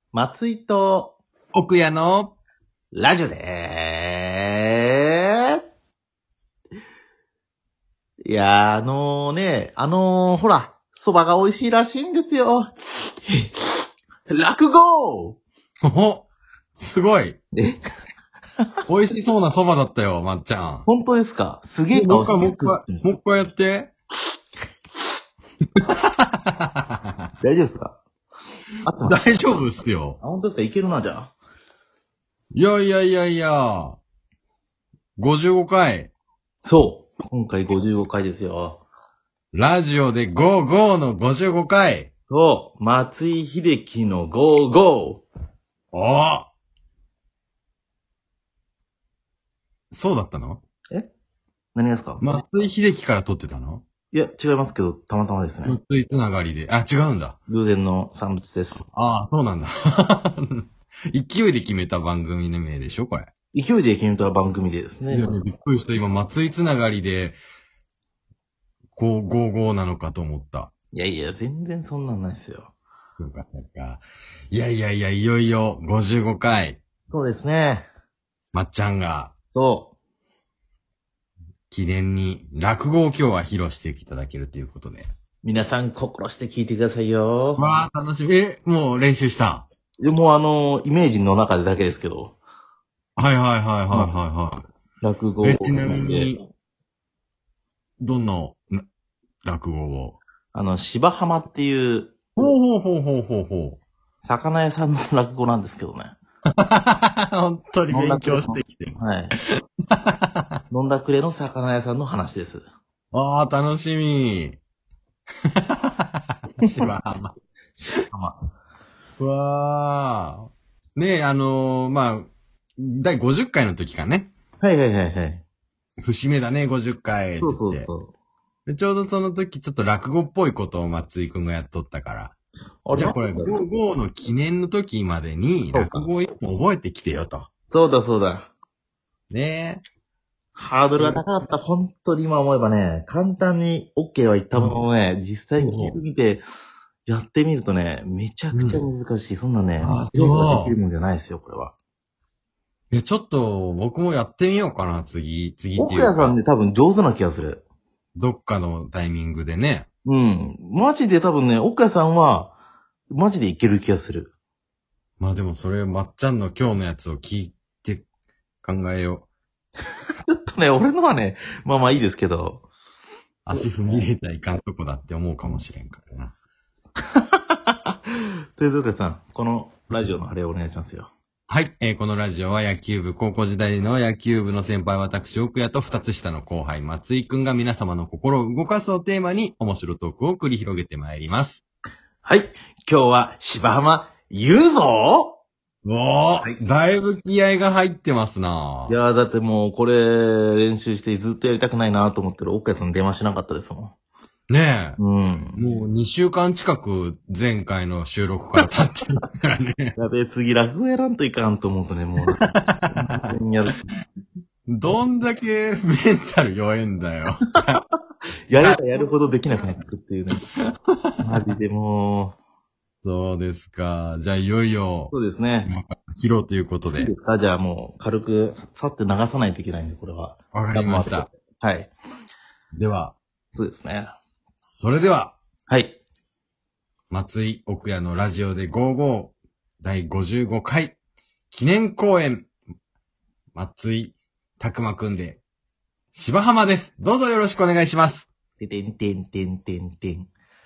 松井と奥屋のラジオでーす。いやほら、蕎麦が美味しいらしいんですよ。落語お、すごい。 え、 美味しそうな蕎麦だったよ、まっちゃん。 本当ですか？すげえもう顔一回、もう一回やって。 大丈夫ですか？あってます。 大丈夫っすよ。 あ、本当ですか？いけるな、じゃあ。 いや、55回。 そう。今回55回ですよ。 ラジオでゴーゴーの55回。 そう。松井秀喜のゴーゴおそうだったの？ ー。何がですか？ 松井秀喜から撮ってたの？ いや、違いますけど、たまたまですね。 松井つながりで。あ、違うんだ。 偶然の産物です。 ああ、そうなんだ。勢いで決めた番組の名でしょ、これ。 勢いで決めた番組でですね。 いや、びっくりした。今、松井つながりで、55なのかと思った。 いやいや、全然そんなんないですよ。 そうか、そうか。いよいよ55回、 そうですね。 まっちゃんがそ記念に落語を今日は披露していただけるということで。 う。皆さん心して聞いてくださいよ。 わー、楽しみ。もう練習した。 でもイメージの中でだけですけど。 はい。 落語を。 ちなみに、どんな落語を？ 芝浜っていう、 ほう。 魚屋さんの落語なんですけどね。 本当に勉強してきてる。 はい。飲んだくれの魚屋さんの話です。 あー、楽しみ。芝浜。うわー。ねえ、第50回の時かね。 はい。 節目だね、50回って言って。 そう。 でちょうどその時、ちょっと落語っぽいことを松井くんがやっとったから。じゃあこれ、55の記念の時までに、落語を一本覚えてきてよと。 そうだ。 ねハードルが高かった。本当に今思えばね、簡単に OK は言ったもののね、実際に聞いてみて、やってみるとね、めちゃくちゃ難しい。そんなね、ができるもんじゃないですよ、これは。 ちょっと、僕もやってみようかな、次っていうか。 奥屋さんで多分上手な気がする。 どっかのタイミングでね。 うん。マジで多分ね、奥屋さんは、マジでいける気がする。 まあでもそれ、まっちゃんの今日のやつを聞いて考えよう。 ちょっとね、俺のはね、まあいいですけど。 足踏み入れちゃいかんとこだって思うかもしれんからな。 ということでさん、このラジオのあれをお願いしますよ。 はい、このラジオは野球部、高校時代の野球部の先輩私、奥谷と二つ下の後輩、松井くんが皆様の心を動かすをテーマに面白トークを繰り広げてまいります。 はい、今日は芝浜言うぞおー、だいぶ気合が入ってますないやーだってもうこれ練習してずっとやりたくないなと思ってる奥谷さん電話しなかったですもん。ねえ。 うん。 もう2週間近く前回の収録から経ってるからね。 やべえ、次落語やらんといかんと思うとね、もう。やるどんだけメンタル弱えんだよ。 やればやるほどできなくなってくっていうね。マジでもそうですか。じゃあいよいよう。そうですね。 披露ということで。 いいですか？じゃあもう軽くさって流さないといけないんで、これは。 わかりました。 はい。 では、 そうですね。 それでは、 はい。 松井奥谷のラジオで55第55回記念公演、松井拓馬くんで芝浜です。どうぞよろしくお願いします。 ててんてんてんてんてん。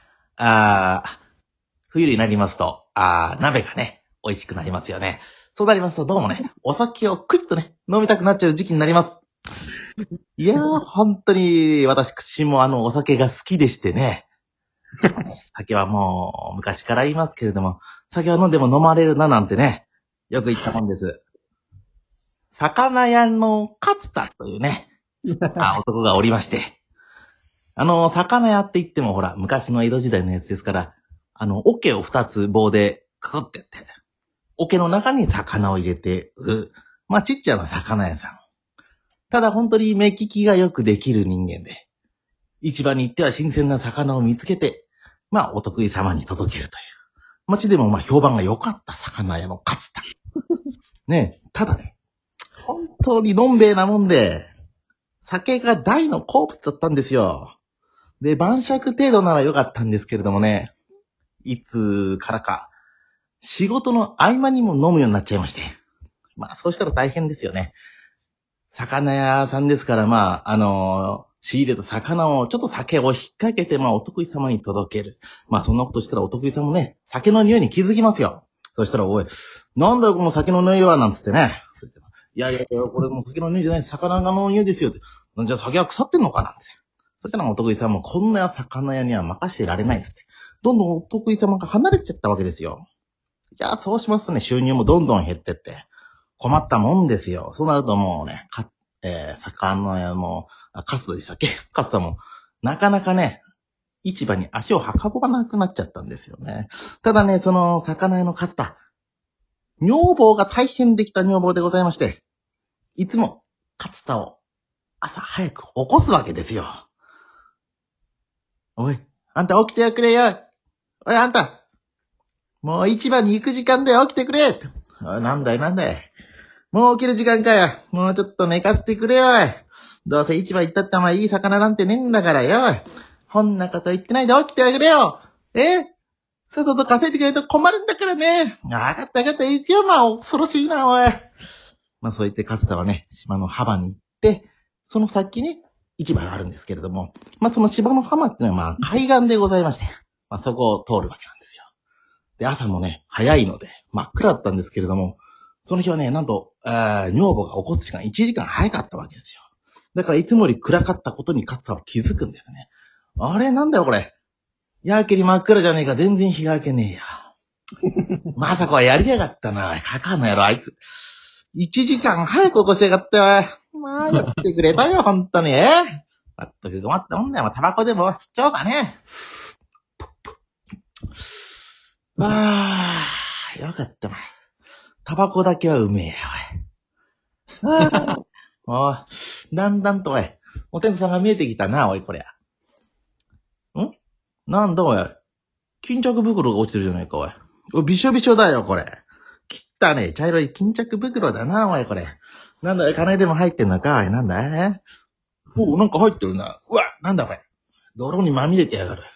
冬になりますと、鍋がね、美味しくなりますよね。そうなりますと、どうもね、お酒をクイッとね、飲みたくなっちゃう時期になります。いやー、本当に、私もお酒が好きでしてね。酒はもう、昔から言いますけれども、酒は飲んでも飲まれるななんてね、よく言ったもんです。魚屋の勝田というね、男がおりまして。魚屋って言ってもほら、昔の江戸時代のやつですから、桶を二つ棒でくくってって、桶の中に魚を入れて売る。まあ、ちっちゃな魚屋さん。ただ本当に目利きがよくできる人間で、市場に行っては新鮮な魚を見つけて、まあ、お得意様に届けるという。 街でも評判が良かった魚屋の勝田。ねえ、ただね、本当にのんべえなもんで、酒が大の好物だったんですよ。で、晩酌程度なら良かったんですけれどもね、いつからか、仕事の合間にも飲むようになっちゃいまして。そうしたら大変ですよね。魚屋さんですから、仕入れた魚を、ちょっと酒を引っ掛けて、お得意様に届ける。そんなことしたらお得意様もね、酒の匂いに気づきますよ。そしたら、おい、なんだよこの酒の匂いは、なんつってね。いや、これもう酒の匂いじゃない、魚の匂いですよ。じゃあ酒は腐ってんのかなんて。そしたらお得意様も、こんな魚屋には任せてられないっつって。どんどんお得意様が離れちゃったわけですよ。いや、そうしますとね、収入もどんどん減ってって、困ったもんですよ。そうなるともうね、魚屋も、カスでしたっけカスさんも、なかなかね、市場に足を運ばなくなっちゃったんですよね。ただね、その、魚屋のカスタ、女房が大変できた女房でございまして、いつも、カツタを朝早く起こすわけですよ。おい、あんた起きてくれよ。おい、あんた。もう市場に行く時間だよ、起きてくれ。おい、なんだい。もう起きる時間かよ。もうちょっと寝かせてくれよ。どうせ市場行ったっていい魚なんてねえんだからよ。ほんなこと言ってないで起きてくれよ。外と稼いでくれると困るんだからね。わかった、行くよ、恐ろしいな、おい。そう言ってカツタはね、島の浜に行って、その先に市場があるんですけれども、その島の浜っていうのは海岸でございまして、そこを通るわけなんですよ。で、朝もね、早いので、真っ暗だったんですけれども、その日はね、なんと、女房が起こす時間1時間早かったわけですよ。だからいつもより暗かったことにカツタは気づくんですね。あれ、なんだよこれ。やけに真っ暗じゃねえか、全然日が明けねえや。まさかはやりやがったな、かかんのやろ、あいつ。1時間早く起こしやがってわ。やってくれたよ、ほんとに。まったく困ったもんだよ。タバコでも吸っちゃおうかね。よかったな。タバコだけはうめえよ、おい。だんだんと、お天さんが見えてきたな、おい、こりゃ。なんだ、おい。巾着袋が落ちてるじゃないか、おい。びしょびしょだよ、これ。汚ねえ、茶色い巾着袋だな、おい、これ。なんだ、金でも入ってんのか、おい、なんだ、なんか入ってるな。うわ、なんだ、これ。泥にまみれてやがる。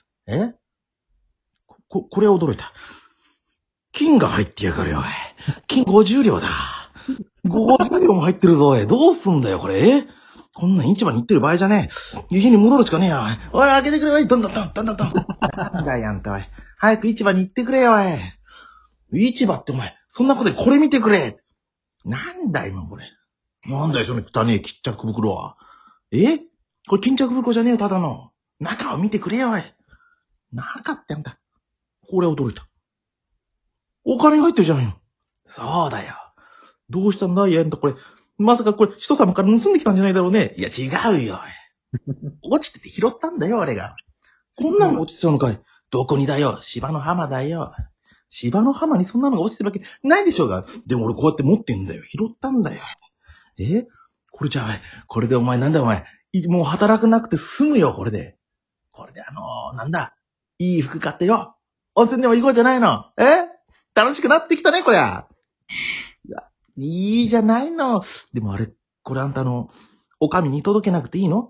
これは驚いた。金が入ってやがるよ、おい。金50両だ。50両も入ってるぞ、おい。どうすんだよ、これ。こんなん市場に行ってる場合じゃねえ。家に戻るしかねえよ、おい。おい、開けてくれ、おい。どん。なんだよ、あんた、おい。早く市場に行ってくれよ、おい。市場ってお前、そんなことでこれ見てくれ。なんだよ、これ。なんだよ、その汚ねえ巾着袋は。これ巾着袋じゃねえよ、ただの。中を見てくれよ、おい。中ってあんた。これ驚いた。お金が入ってるじゃないの。そうだよ。どうしたんだい、あんた、これ。まさかこれ、人様から盗んできたんじゃないだろうね。いや、違うよ。落ちてて拾ったんだよ、俺が。こんなの落ちてたのかい。どこにだよ。芝の浜だよ。芝の浜にそんなのが落ちてるわけないでしょうが。でも俺こうやって持ってんだよ。拾ったんだよ。これじゃあ、これでお前なんだお前。もう働くなくて済むよ、これで。これでなんだ。いい服買ってよ。温泉でも行こうじゃないの。楽しくなってきたね、こりゃ。いいじゃないの。でもあれ、これあんたお上に届けなくていいの？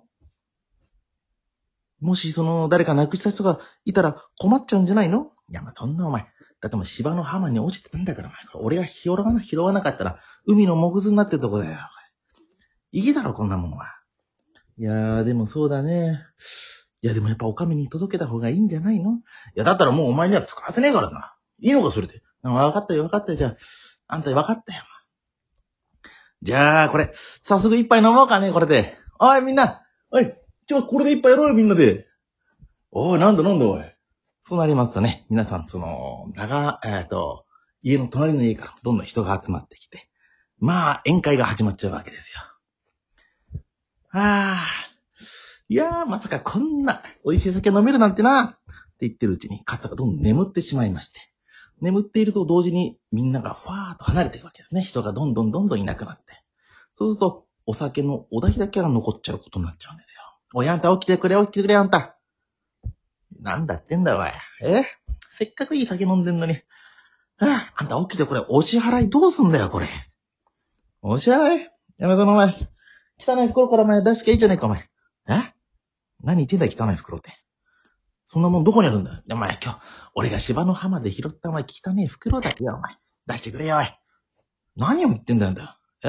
もし誰か亡くした人がいたら困っちゃうんじゃないの？いや、そんなお前。だってもう芝の浜に落ちてたんだから、俺が拾わなかったら、海の藻くずになってるとこだよ。いいだろ、こんなもんは。いやー、でもそうだね。いや、でもやっぱお上に届けた方がいいんじゃないの？いや、だったらもうお前には使わせねえからな。いいのか、それで。わかったよ。じゃあ、あんたわかったよ。じゃあ、これ、早速一杯飲もうかね、これで。おい、みんな。おい、これで一杯やろうよ、みんなで。おい、なんだ、おい。そうなりますとね、皆さん、家の隣の家からどんどん人が集まってきて、宴会が始まっちゃうわけですよ。いやー、まさかこんな美味しい酒飲めるなんてな、って言ってるうちに、カツがどんどん眠ってしまいまして、眠っていると同時にみんながファーっと離れていくわけですね。人がどんどんいなくなって。そうすると、お酒のお代だけが残っちゃうことになっちゃうんですよ。おい、あんた起きてくれ、あんた。なんだってんだ、おい。せっかくいい酒飲んでんのに、 あんた起きてこれ、お支払いどうすんだよ、これ。お支払いやめたの、お前。汚い袋からお前出しきゃいいじゃねえか、お前。何言ってんだよ、汚い袋って。そんなもんどこにあるんだよ。お前、今日、俺が芝の浜で拾ったお前、汚い袋だよ、お前。出してくれよ、おい。何を言ってんだよ、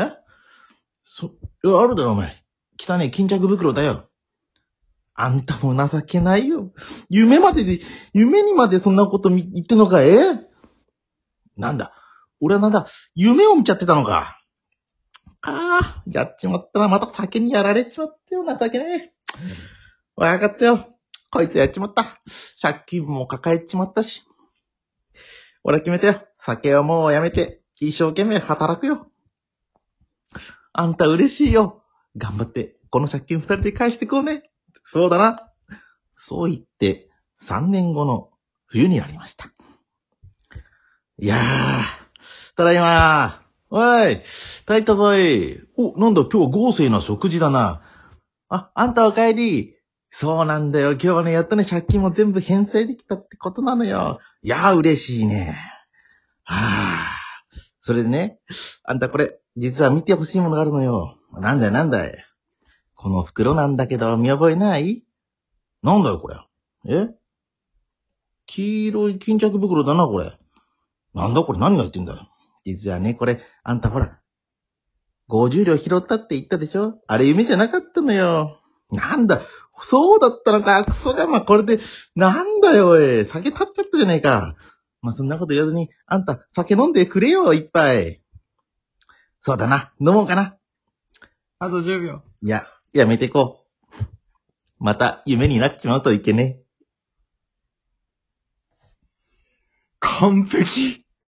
あるだろ、お前。汚い巾着袋だよ。あんたも情けないよ。夢にまでそんなこと言ってんのか、なんだ。俺はなんだ、夢を見ちゃってたのか。やっちまったな。また酒にやられちまったよ、情けねえ。わかったよ。こいつやっちまった。借金も抱えちまったし。俺は決めたよ。酒をもうやめて、一生懸命働くよ。あんた嬉しいよ。頑張って、この借金2人で返してこうね。そうだな。そう言って、3年後の冬になりました。いやー、ただいま。おい、炊いたぞい。なんだ今日豪勢な食事だな。あんたお帰り。そうなんだよ。今日はね、やっとね、借金も全部返済できたってことなのよ。いやー、嬉しいね。それでね、あんたこれ、実は見てほしいものがあるのよ。なんだい。この袋なんだけど、見覚えない？なんだよ、これ。黄色い巾着袋だな、これ。なんだこれ、何が入ってんだよ。実はね、これ、あんたほら、50両拾ったって言ったでしょ？あれ夢じゃなかったのよ。なんだ、そうだったのか、クソが、これで、なんだよ、おい。酒立っちゃったじゃねえか。そんなこと言わずに、あんた、酒飲んでくれよ、一杯。そうだな、飲もうかな。 あと10秒。 いや、やめてこう。また、夢になっちまうといけねえ。 完璧。